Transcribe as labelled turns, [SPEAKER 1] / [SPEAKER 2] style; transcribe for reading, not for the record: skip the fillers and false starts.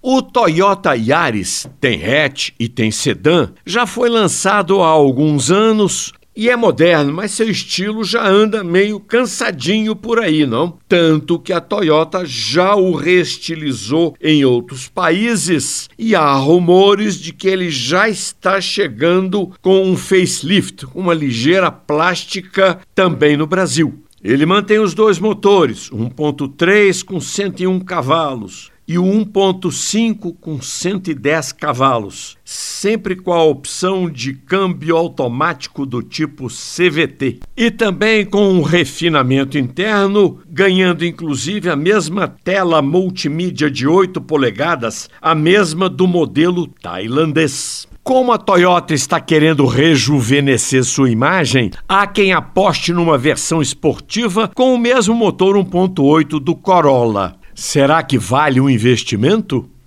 [SPEAKER 1] O Toyota Yaris tem hatch e tem sedã, já foi lançado há alguns anos e é moderno, mas seu estilo já anda meio cansadinho por aí, não? Tanto que a Toyota já o reestilizou em outros países e há rumores de que ele já está chegando com um facelift, uma ligeira plástica também no Brasil. Ele mantém os dois motores, 1.3 com 101 cavalos e o 1.5 com 110 cavalos, sempre com a opção de câmbio automático do tipo CVT. E também com um refinamento interno, ganhando inclusive a mesma tela multimídia de 8 polegadas, a mesma do modelo tailandês. Como a Toyota está querendo rejuvenescer sua imagem, há quem aposte numa versão esportiva com o mesmo motor 1.8 do Corolla. Será que vale o investimento?